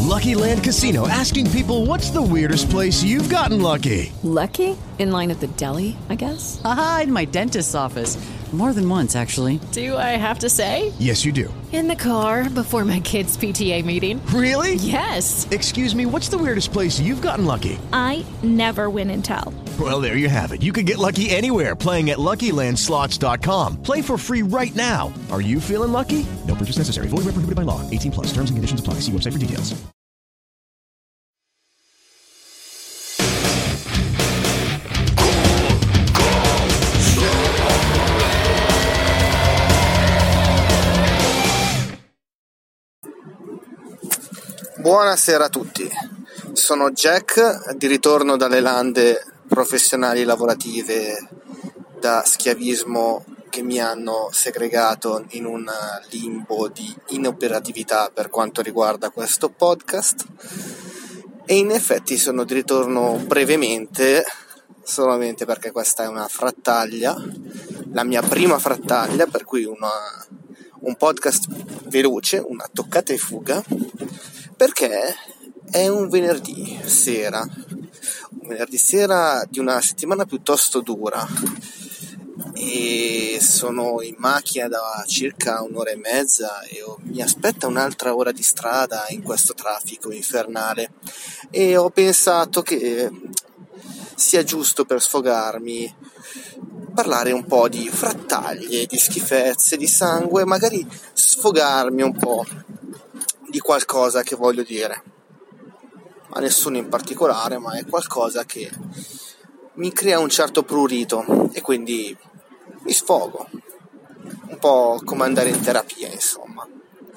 Lucky Land Casino, asking people, what's the weirdest place you've gotten lucky? Lucky? In line at the deli, I guess? Aha, in my dentist's office. More than once, actually. Do I have to say? Yes, you do. In the car before my kids' PTA meeting. Really? Yes. Excuse me, what's the weirdest place you've gotten lucky? I never win and tell. Well, there you have it. You can get lucky anywhere, playing at LuckyLandSlots.com. Play for free right now. Are you feeling lucky? No purchase necessary. Void where prohibited by law. 18 plus. Terms and conditions apply. See website for details. Buonasera a tutti, sono Jack, di ritorno dalle lande professionali lavorative da schiavismo che mi hanno segregato in un limbo di inoperatività per quanto riguarda questo podcast, e in effetti sono di ritorno brevemente, solamente perché questa è una frattaglia, la mia prima frattaglia, per cui un podcast veloce, una toccata e fuga, perché è un venerdì sera di una settimana piuttosto dura e sono in macchina da circa un'ora e mezza e mi aspetta un'altra ora di strada in questo traffico infernale, e ho pensato che sia giusto, per sfogarmi, parlare un po' di frattaglie, di schifezze, di sangue, magari sfogarmi un po' di qualcosa che voglio dire a nessuno in particolare, ma è qualcosa che mi crea un certo prurito e quindi mi sfogo, un po' come andare in terapia, insomma.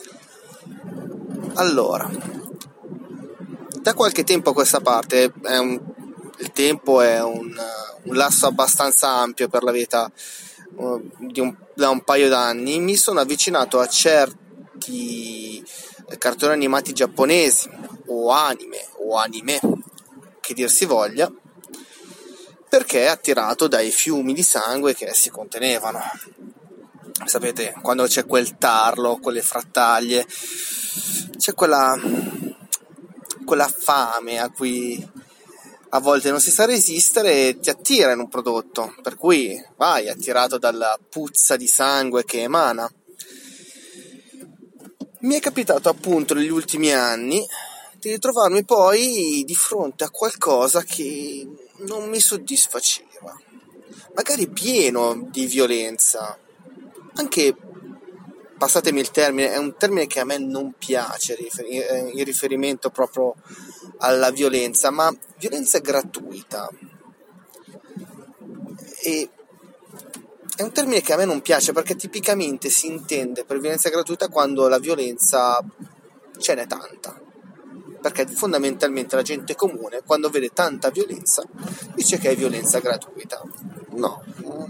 Allora, da qualche tempo a questa parte, il tempo è un lasso abbastanza ampio per la verità, da un paio d'anni, mi sono avvicinato a certi cartoni animati giapponesi o anime che dir si voglia, perché attirato dai fiumi di sangue che essi contenevano. Sapete, quando c'è quel tarlo, quelle frattaglie, c'è quella fame a cui a volte non si sa resistere e ti attira in un prodotto, per cui vai attirato dalla puzza di sangue che emana. Mi è capitato appunto negli ultimi anni di ritrovarmi poi di fronte a qualcosa che non mi soddisfaceva, magari pieno di violenza, anche, passatemi il termine, è un termine che a me non piace in riferimento proprio alla violenza, ma violenza gratuita, e è un termine che a me non piace perché tipicamente si intende per violenza gratuita quando la violenza ce n'è tanta, perché fondamentalmente la gente comune, quando vede tanta violenza, dice che è violenza gratuita. No,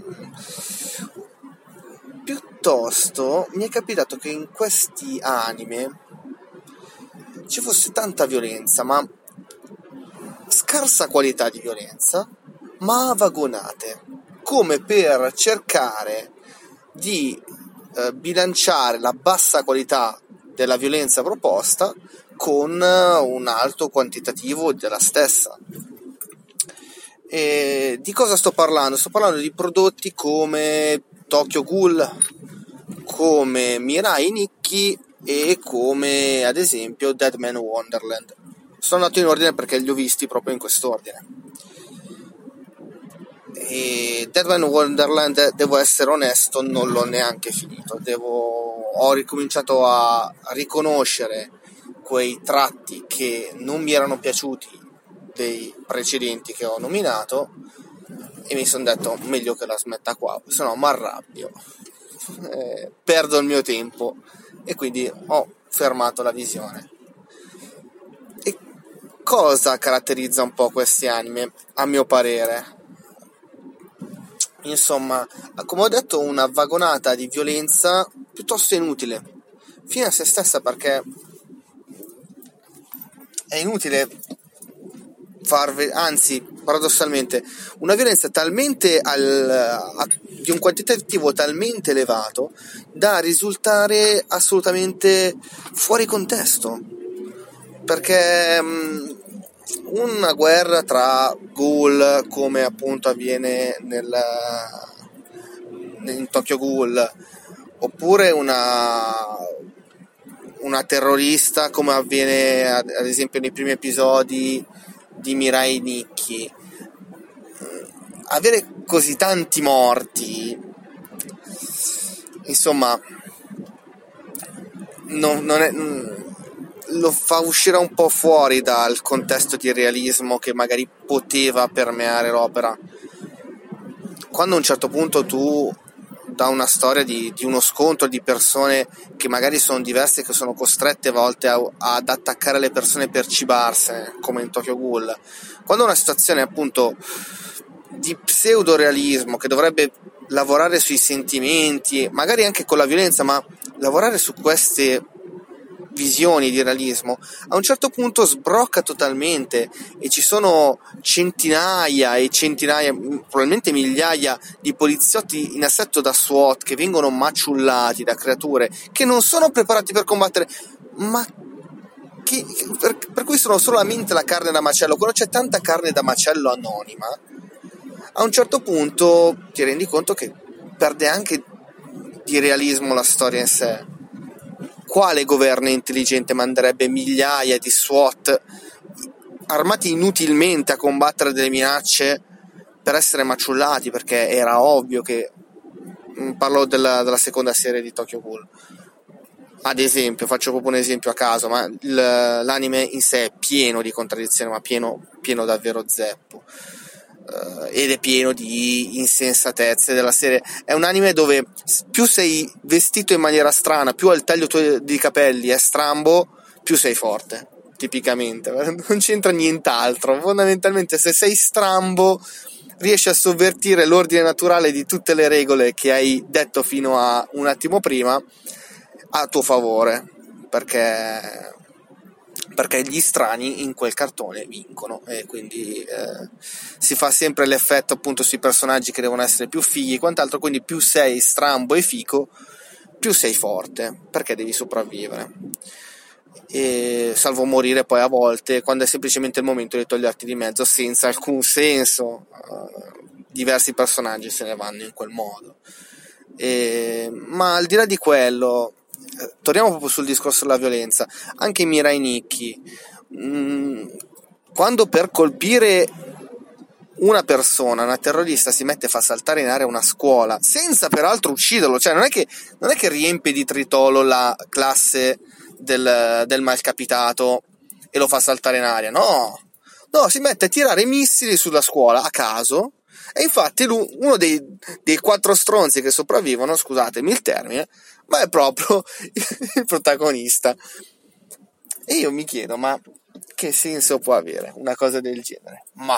piuttosto mi è capitato che in questi anime ci fosse tanta violenza, ma scarsa qualità di violenza, ma vagonate, come per cercare di bilanciare la bassa qualità della violenza proposta con un alto quantitativo della stessa. E di cosa sto parlando? Sto parlando di prodotti come Tokyo Ghoul, come Mirai Nikki e come ad esempio Dead Man Wonderland. Sono andato in ordine perché li ho visti proprio in quest'ordine. E Dead Man Wonderland, devo essere onesto, non l'ho neanche finito. Ho ricominciato a riconoscere quei tratti che non mi erano piaciuti dei precedenti che ho nominato e mi sono detto meglio che la smetta qua, se no mi arrabbio, perdo il mio tempo, e quindi ho fermato la visione. E cosa caratterizza un po' questi anime, a mio parere? Insomma, come ho detto, una vagonata di violenza piuttosto inutile, fine a se stessa, perché è inutile anzi, paradossalmente, una violenza talmente di un quantitativo talmente elevato da risultare assolutamente fuori contesto. perché una guerra tra ghoul, come appunto avviene in Tokyo Ghoul, oppure una terrorista, come avviene ad esempio nei primi episodi di Mirai Nikki, avere così tanti morti, insomma, lo fa uscire un po' fuori dal contesto di realismo che magari poteva permeare l'opera. Quando a un certo punto tu, da una storia di uno scontro di persone che magari sono diverse, che sono costrette a volte ad attaccare le persone per cibarsene, come in Tokyo Ghoul, quando una situazione appunto di pseudo-realismo che dovrebbe lavorare sui sentimenti, magari anche con la violenza, ma lavorare su queste visioni di realismo, a un certo punto sbrocca totalmente e ci sono centinaia e centinaia, probabilmente migliaia di poliziotti in assetto da SWAT che vengono maciullati da creature che non sono preparati per combattere, ma per cui sono solamente la carne da macello. Quando c'è tanta carne da macello anonima, a un certo punto ti rendi conto che perde anche di realismo la storia in sé. Quale governo intelligente manderebbe migliaia di SWAT armati inutilmente a combattere delle minacce per essere maciullati? Perché era ovvio che, parlo della seconda serie di Tokyo Ghoul, ad esempio, faccio proprio un esempio a caso, ma l'anime in sé è pieno di contraddizioni, ma pieno davvero zeppo. Ed è pieno di insensatezze della serie. È un anime dove più sei vestito in maniera strana, più il taglio tuo di capelli è strambo, più sei forte, tipicamente. Non c'entra nient'altro. Fondamentalmente, se sei strambo, riesci a sovvertire l'ordine naturale di tutte le regole che hai detto fino a un attimo prima a tuo favore, perché gli strani in quel cartone vincono, e quindi si fa sempre l'effetto appunto sui personaggi che devono essere più fighi e quant'altro. Quindi più sei strambo e fico, più sei forte, perché devi sopravvivere, e salvo morire poi a volte quando è semplicemente il momento di toglierti di mezzo senza alcun senso. Diversi personaggi se ne vanno in quel modo, ma al di là di quello, torniamo proprio sul discorso della violenza. Anche Mirai Nikki, quando per colpire una persona, una terrorista, si mette e fa saltare in aria una scuola senza peraltro ucciderlo, cioè non è che riempie di tritolo la classe del malcapitato e lo fa saltare in aria, no, si mette a tirare missili sulla scuola a caso. E infatti uno dei 4 stronzi che sopravvivono, scusatemi il termine, ma è proprio il protagonista. E io mi chiedo, ma che senso può avere una cosa del genere? Ma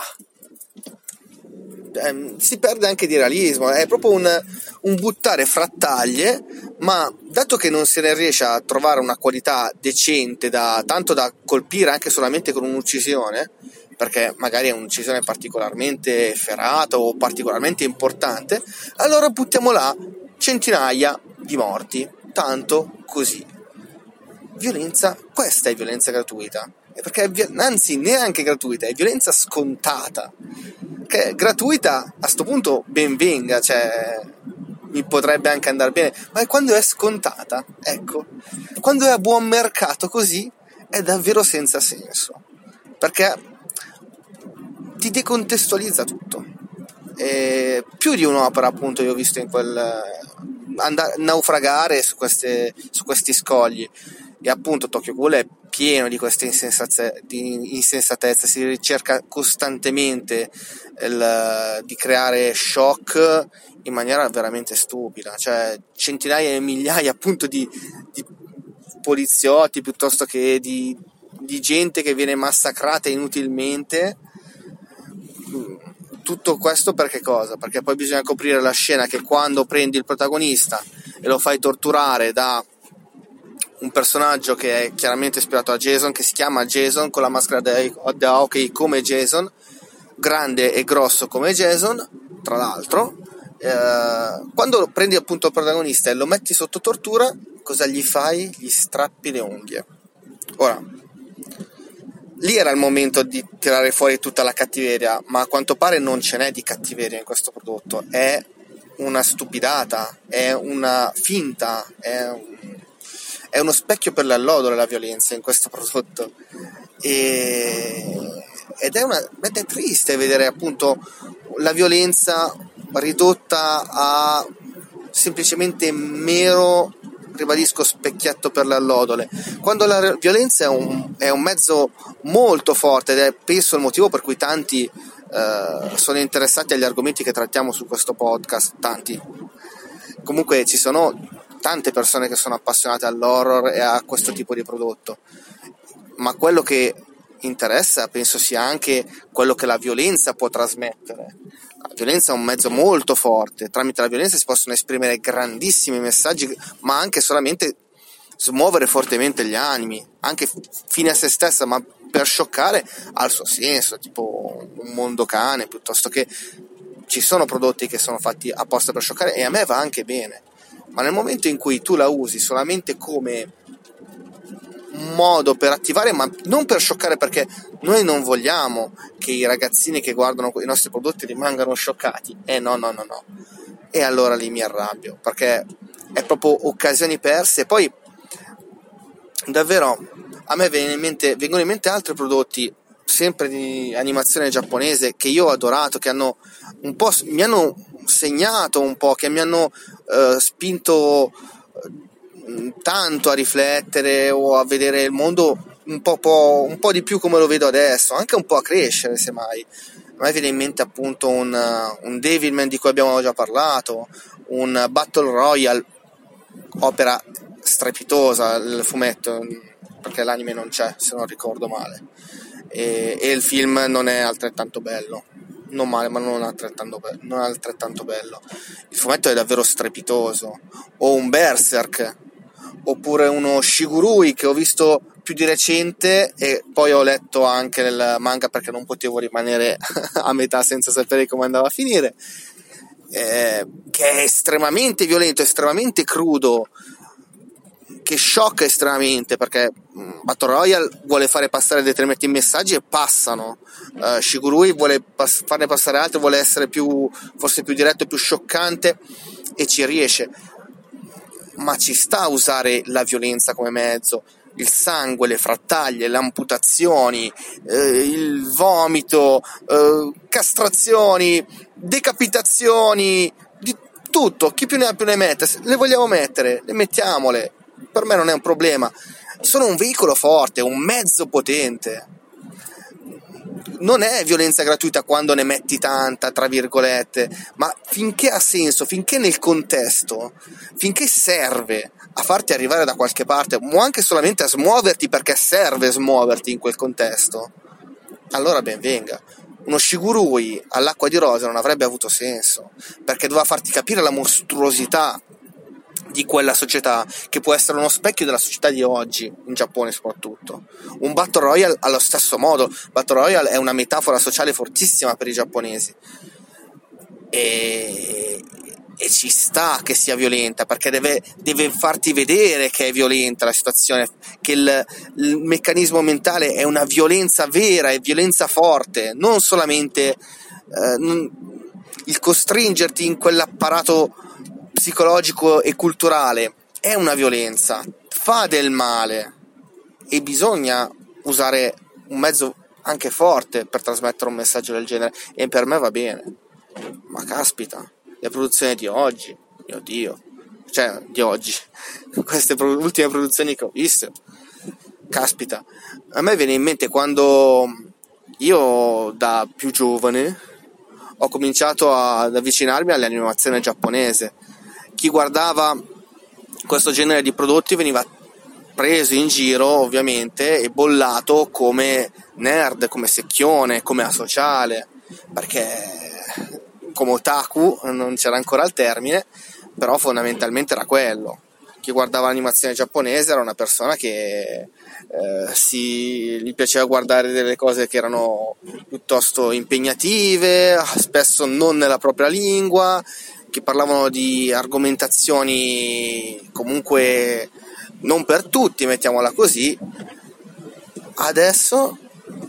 si perde anche di realismo, è proprio un buttare frattaglie, ma dato che non se ne riesce a trovare una qualità decente tanto da colpire anche solamente con un'uccisione, perché magari è un'uccisione particolarmente efferata o particolarmente importante, allora buttiamo là centinaia di morti, tanto così. Violenza, questa è violenza gratuita, perché anzi neanche gratuita, è violenza scontata, che gratuita a sto punto ben venga, cioè mi potrebbe anche andare bene, ma quando è scontata, ecco, quando è a buon mercato così, è davvero senza senso, perché ti decontestualizza tutto. E più di un'opera appunto io ho visto in naufragare su questi scogli, e appunto Tokyo Ghoul è pieno di queste insensatezze, si ricerca costantemente di creare shock in maniera veramente stupida, cioè centinaia e migliaia appunto di poliziotti piuttosto che di gente che viene massacrata inutilmente. Tutto questo perché cosa? Perché poi bisogna coprire la scena che quando prendi il protagonista e lo fai torturare da un personaggio che è chiaramente ispirato a Jason, che si chiama Jason, con la maschera da hockey come Jason, grande e grosso come Jason, tra l'altro, quando prendi appunto il protagonista e lo metti sotto tortura, cosa gli fai? Gli strappi le unghie. Ora, lì era il momento di tirare fuori tutta la cattiveria, ma a quanto pare non ce n'è di cattiveria in questo prodotto, è una stupidata, è una finta, è uno specchio per l'allodole la violenza in questo prodotto, ed è triste vedere appunto la violenza ridotta a semplicemente mero, ribadisco, specchietto per l'allodole, quando la violenza è un mezzo molto forte, ed è penso il motivo per cui tanti sono interessati agli argomenti che trattiamo su questo podcast. Tanti, comunque ci sono tante persone che sono appassionate all'horror e a questo tipo di prodotto, ma quello che interessa penso sia anche quello che la violenza può trasmettere. La violenza è un mezzo molto forte, tramite la violenza si possono esprimere grandissimi messaggi, ma anche solamente smuovere fortemente gli animi, anche fine a se stessa, ma per scioccare ha il suo senso, tipo un mondo cane, piuttosto che ci sono prodotti che sono fatti apposta per scioccare, e a me va anche bene, ma nel momento in cui tu la usi solamente come un modo per attivare, ma non per scioccare, perché noi non vogliamo che i ragazzini che guardano i nostri prodotti rimangano scioccati, no, e allora lì mi arrabbio, perché è proprio occasioni perse. E poi davvero a me vengono in mente altri prodotti sempre di animazione giapponese che io ho adorato, che hanno un po' mi hanno segnato un po', che mi hanno spinto tanto a riflettere o a vedere il mondo un po' di più come lo vedo adesso, anche un po' a crescere semmai. A me viene in mente appunto un Devilman di cui abbiamo già parlato, un Battle Royale, opera strepitosa il fumetto, perché l'anime non c'è se non ricordo male, e il film non è altrettanto bello, non male ma non altrettanto bello. Il fumetto è davvero strepitoso. O un Berserk, oppure uno Shigurui che ho visto più di recente, e poi ho letto anche il manga perché non potevo rimanere a metà senza sapere come andava a finire, che è estremamente violento, estremamente crudo, che sciocca estremamente, perché Battle Royale vuole fare passare determinati messaggi e passano, Shigurui vuole farne passare altri, vuole essere forse più diretto, più scioccante, e ci riesce, ma ci sta a usare la violenza come mezzo, il sangue, le frattaglie, le amputazioni, il vomito, castrazioni, decapitazioni, di tutto, chi più ne ha più ne mette. Se le vogliamo mettere, le mettiamole, per me non è un problema. Sono un veicolo forte, un mezzo potente. Non è violenza gratuita quando ne metti tanta, tra virgolette, ma finché ha senso, finché nel contesto, finché serve a farti arrivare da qualche parte, o anche solamente a smuoverti perché serve smuoverti in quel contesto, allora ben venga. Uno Shigurui all'acqua di rosa non avrebbe avuto senso, perché doveva farti capire la mostruosità di quella società, che può essere uno specchio della società di oggi, in Giappone soprattutto. Un Battle Royale allo stesso modo. Battle Royale è una metafora sociale fortissima per i giapponesi, e ci sta che sia violenta, perché deve farti vedere che è violenta la situazione, che il meccanismo mentale è una violenza vera, è violenza forte, non solamente il costringerti in quell'apparato psicologico e culturale, è una violenza, fa del male, e bisogna usare un mezzo anche forte per trasmettere un messaggio del genere, e per me va bene. Ma caspita, le produzioni di oggi, mio Dio, cioè di oggi, queste ultime produzioni che ho visto, caspita, a me viene in mente quando io da più giovane ho cominciato ad avvicinarmi all'animazione giapponese. Chi guardava questo genere di prodotti veniva preso in giro, ovviamente, e bollato come nerd, come secchione, come asociale, perché come otaku non c'era ancora il termine, però fondamentalmente era quello. Chi guardava l'animazione giapponese era una persona che gli piaceva guardare delle cose che erano piuttosto impegnative, spesso non nella propria lingua, che parlavano di argomentazioni comunque non per tutti, mettiamola così. Adesso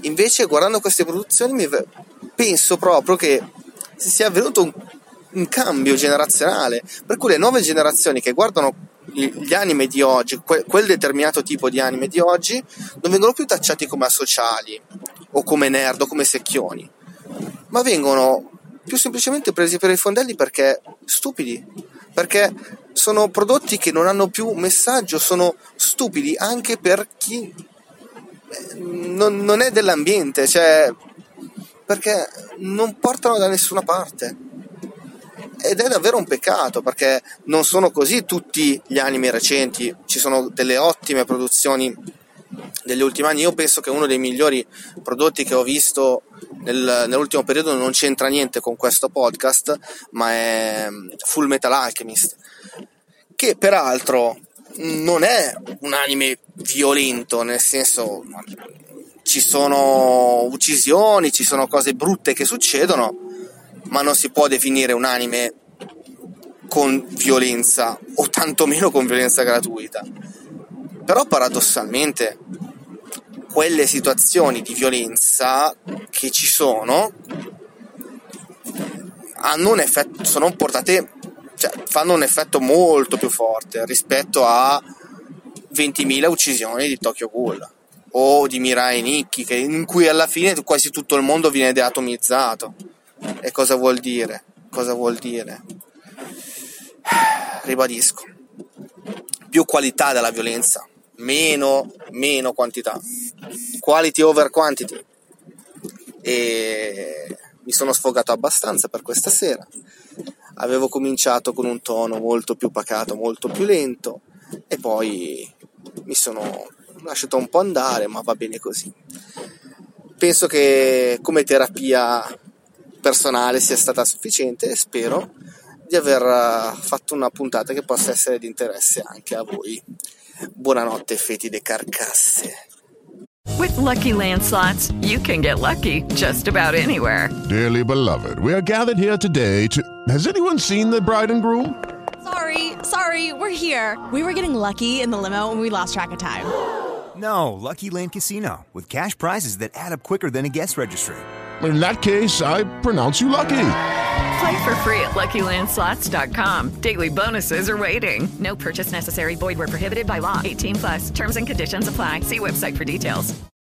Invece, guardando queste produzioni, penso proprio che sia avvenuto un cambio generazionale, per cui le nuove generazioni che guardano gli anime di oggi, quel determinato tipo di anime di oggi, non vengono più tacciati come asociali o come nerd o come secchioni, ma vengono più semplicemente presi per i fondelli perché stupidi, perché sono prodotti che non hanno più messaggio, sono stupidi anche per chi non è dell'ambiente, cioè perché non portano da nessuna parte. Ed è davvero un peccato, perché non sono così tutti gli anime recenti, ci sono delle ottime produzioni degli ultimi anni. Io penso che uno dei migliori prodotti che ho visto nell'ultimo periodo non c'entra niente con questo podcast, ma è Full Metal Alchemist, che peraltro non è un anime violento, nel senso ci sono uccisioni, ci sono cose brutte che succedono, ma non si può definire un anime con violenza, o tantomeno con violenza gratuita. Però paradossalmente quelle situazioni di violenza che ci sono hanno un effetto, sono portate, cioè fanno un effetto molto più forte rispetto a 20.000 uccisioni di Tokyo Ghoul o di Mirai Nikki, in cui alla fine quasi tutto il mondo viene deatomizzato. E cosa vuol dire? Cosa vuol dire? Ribadisco, più qualità della violenza, meno quantità, quality over quantity. E mi sono sfogato abbastanza per questa sera. Avevo cominciato con un tono molto più pacato, molto più lento, e poi mi sono lasciato un po' andare, ma va bene così. Penso che come terapia personale sia stata sufficiente e spero di aver fatto una puntata che possa essere di interesse anche a voi. Buonanotte, fetide carcasse. With Lucky Land Slots, you can get lucky just about anywhere. Dearly beloved, we are gathered here today to... Has anyone seen the bride and groom? Sorry, we're here. We were getting lucky in the limo and we lost track of time. No, Lucky Land Casino, with cash prizes that add up quicker than a guest registry. In that case, I pronounce you lucky. Play for free at LuckyLandSlots.com. Daily bonuses are waiting. No purchase necessary. Void where prohibited by law. 18+. Terms and conditions apply. See website for details.